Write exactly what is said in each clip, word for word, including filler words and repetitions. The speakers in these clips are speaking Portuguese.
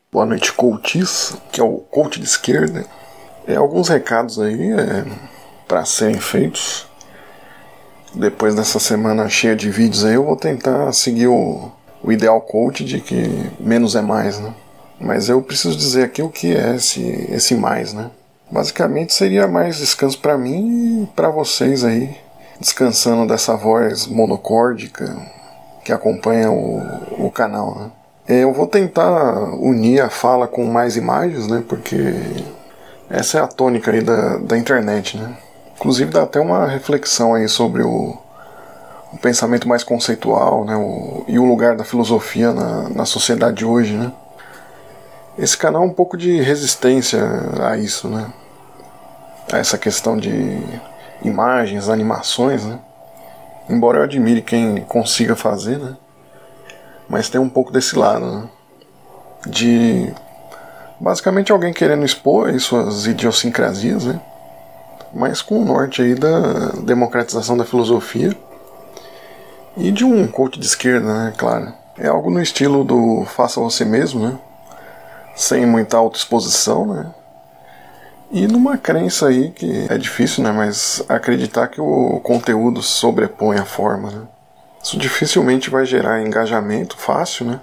Boa noite, coaches, que é o coach de esquerda. É, alguns recados aí é, para serem feitos. Depois dessa semana cheia de vídeos aí, eu vou tentar seguir o, o ideal coach de que menos é mais, né? Mas eu preciso dizer aqui o que é esse, esse mais, né? Basicamente seria mais descanso para mim e para vocês aí, descansando dessa voz monocórdica que acompanha o, o canal, né? Eu vou tentar unir a fala com mais imagens, né? Porque essa é a tônica aí da, da internet, né? Inclusive dá até uma reflexão aí sobre o, o pensamento mais conceitual, né? O, e o lugar da filosofia na, na sociedade de hoje, né? Esse canal é um pouco de resistência a isso, né? A essa questão de imagens, animações, né? Embora eu admire quem consiga fazer, né? Mas tem um pouco desse lado, né? De basicamente alguém querendo expor aí suas idiosincrasias, né? Mas com o norte aí da democratização da filosofia e de um coach de esquerda, né? Claro. É algo no estilo do faça você mesmo, né? Sem muita autoexposição, né? E numa crença aí que é difícil, né? Mas acreditar que o conteúdo sobrepõe a forma, né? Isso dificilmente vai gerar engajamento fácil, né?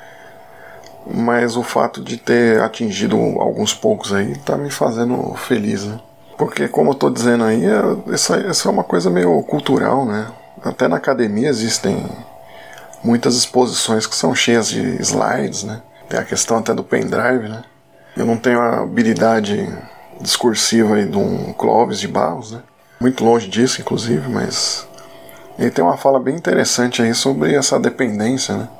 Mas o fato de ter atingido alguns poucos aí tá me fazendo feliz, né? Porque, como eu tô dizendo aí, essa, essa é uma coisa meio cultural, né? Até na academia existem muitas exposições que são cheias de slides, né? Tem a questão até do pendrive, né? Eu não tenho a habilidade discursiva aí de um Clóvis de Barros, né? Muito longe disso, inclusive, mas ele tem uma fala bem interessante aí sobre essa dependência, né?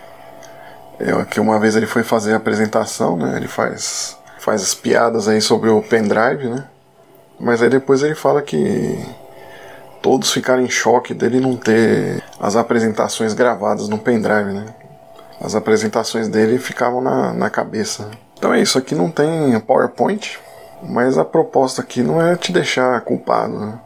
Eu, que uma vez ele foi fazer a apresentação, né? Ele faz, faz as piadas aí sobre o pendrive, né? Mas aí depois ele fala que todos ficaram em choque dele não ter as apresentações gravadas no pendrive, né? As apresentações dele ficavam na, na cabeça. Então é isso, aqui não tem PowerPoint, mas a proposta aqui não é te deixar culpado, né?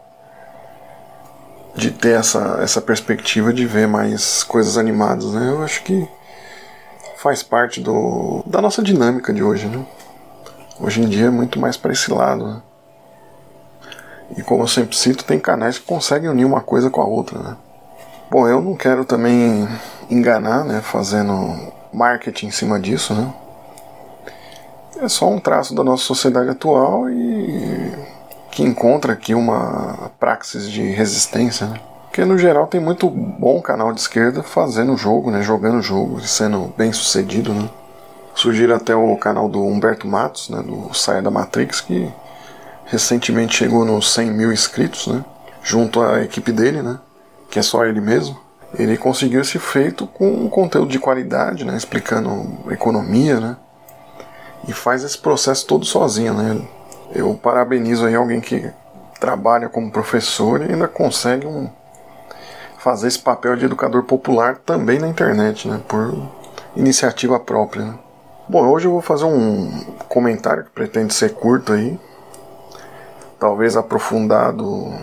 De ter essa, essa perspectiva de ver mais coisas animadas, né? Eu acho que faz parte do, da nossa dinâmica de hoje, né? Hoje em dia é muito mais para esse lado, né? E como eu sempre cito, tem canais que conseguem unir uma coisa com a outra, né? Bom, eu não quero também enganar, né? Fazendo marketing em cima disso, né? É só um traço da nossa sociedade atual e que encontra aqui uma praxis de resistência, né? Porque no geral tem muito bom canal de esquerda fazendo jogo, né? Jogando jogo e sendo bem sucedido, né? Surgiram até o canal do Humberto Matos, né? Do Saia da Matrix, que recentemente chegou nos cem mil inscritos, né? Junto à equipe dele, né? Que é só ele mesmo. Ele conseguiu esse feito com um conteúdo de qualidade, né? Explicando economia, né? E faz esse processo todo sozinho, né? Eu parabenizo aí alguém que trabalha como professor e ainda consegue um, fazer esse papel de educador popular também na internet, né? Por iniciativa própria, né? Bom, hoje eu vou fazer um comentário que pretende ser curto aí, talvez aprofundado,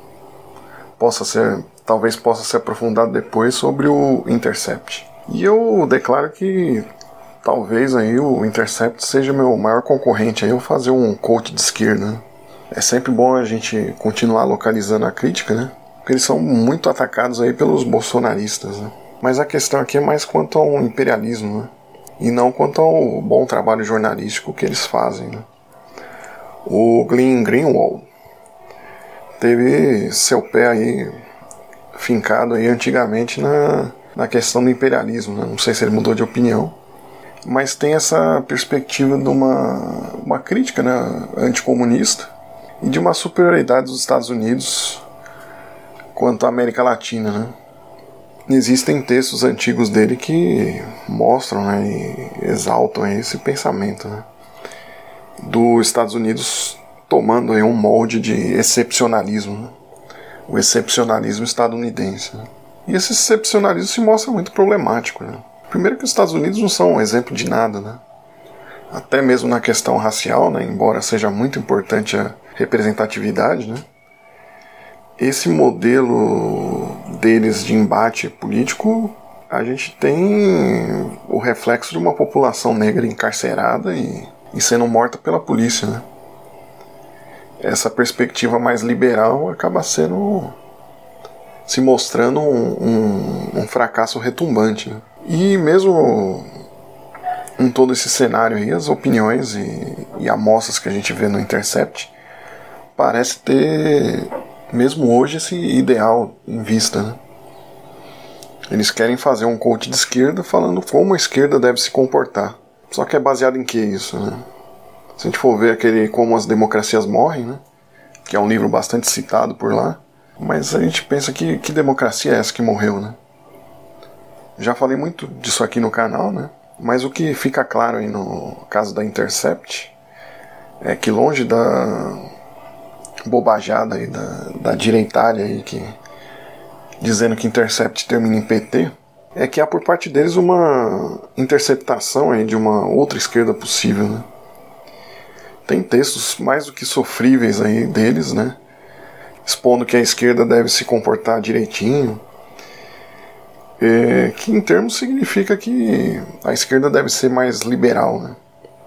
possa ser, talvez possa ser aprofundado depois sobre o Intercept. E eu declaro que talvez aí o Intercept seja meu maior concorrente aí, eu fazer um coach de esquerda, né? É sempre bom a gente continuar localizando a crítica, né? Porque eles são muito atacados aí pelos bolsonaristas, né? Mas a questão aqui é mais quanto ao imperialismo, né? E não quanto ao bom trabalho jornalístico que eles fazem, né? O Glenn Greenwald teve seu pé aí fincado aí antigamente na, na questão do imperialismo, né? Não sei se ele mudou de opinião, mas tem essa perspectiva de uma, uma crítica, né, anticomunista e de uma superioridade dos Estados Unidos quanto à América Latina, né? Existem textos antigos dele que mostram, né, e exaltam esse pensamento, né, dos Estados Unidos tomando aí um molde de excepcionalismo, né, o excepcionalismo estadunidense, né? E esse excepcionalismo se mostra muito problemático, né? Primeiro que os Estados Unidos não são um exemplo de nada, né? Até mesmo na questão racial, né? Embora seja muito importante a representatividade, né? Esse modelo deles de embate político a gente tem o reflexo de uma população negra encarcerada e, e sendo morta pela polícia, né? Essa perspectiva mais liberal acaba sendo, se mostrando um, um, um fracasso retumbante, né? E mesmo em todo esse cenário aí, as opiniões e, e amostras que a gente vê no Intercept parece ter, mesmo hoje, esse ideal em vista, né? Eles querem fazer um coach de esquerda falando como a esquerda deve se comportar. Só que é baseado em que isso, né? Se a gente for ver aquele Como as Democracias Morrem, né? Que é um livro bastante citado por lá, mas a gente pensa que, que democracia é essa que morreu, né? Já falei muito disso aqui no canal, né? Mas o que fica claro aí no caso da Intercept é que, longe da bobajada aí da, da direitária aí que, dizendo que Intercept termina em P T, é que há por parte deles uma interceptação aí de uma outra esquerda possível, né? Tem textos mais do que sofríveis aí deles, né? Expondo que a esquerda deve se comportar direitinho, é, que em termos significa que a esquerda deve ser mais liberal, né?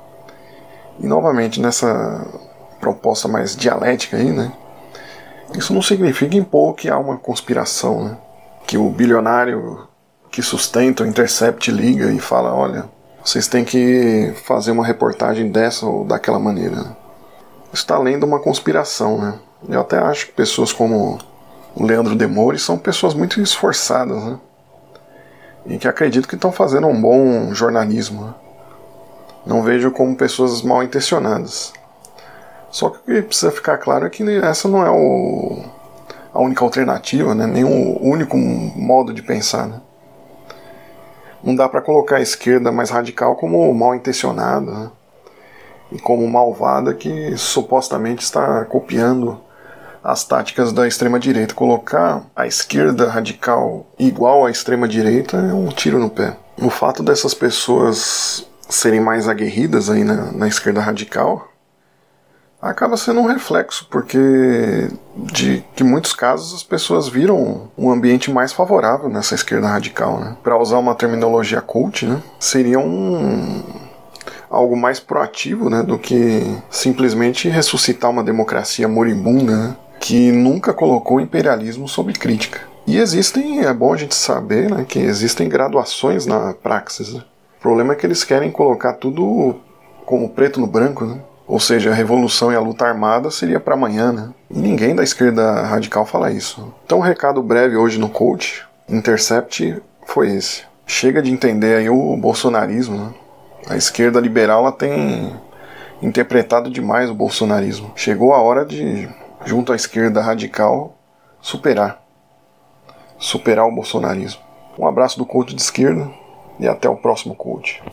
E novamente nessa proposta mais dialética aí, né? Isso não significa impor que há uma conspiração, né? Que o bilionário que sustenta o Intercept liga e fala, olha, vocês têm que fazer uma reportagem dessa ou daquela maneira, né? Isso está além de uma conspiração, né? Eu até acho que pessoas como o Leandro Demore são pessoas muito esforçadas, né? E que acredito que estão fazendo um bom jornalismo, né? Não vejo como pessoas mal intencionadas. Só que o que precisa ficar claro é que essa não é o, a única alternativa, né? Nem o único modo de pensar, né? Não dá para colocar a esquerda mais radical como mal intencionada, né? E como malvada que supostamente está copiando as táticas da extrema-direita. Colocar a esquerda radical igual à extrema-direita é um tiro no pé. O fato dessas pessoas serem mais aguerridas aí na, na esquerda radical acaba sendo um reflexo, porque de que em muitos casos as pessoas viram um ambiente mais favorável nessa esquerda radical, né? Para usar uma terminologia cult, né? Seria um algo mais proativo, né, do que simplesmente ressuscitar uma democracia moribunda, né, que nunca colocou o imperialismo sob crítica. E existem, é bom a gente saber, né, que existem graduações na praxis, né? O problema é que eles querem colocar tudo como preto no branco, né? Ou seja, a revolução e a luta armada seria para amanhã, né? E ninguém da esquerda radical fala isso. Então, um recado breve hoje no Coach Intercept foi esse. Chega de entender aí o bolsonarismo, né? A esquerda liberal ela tem interpretado demais o bolsonarismo. Chegou a hora de, junto à esquerda radical, superar. Superar o bolsonarismo. Um abraço do Coach de esquerda e até o próximo Coach.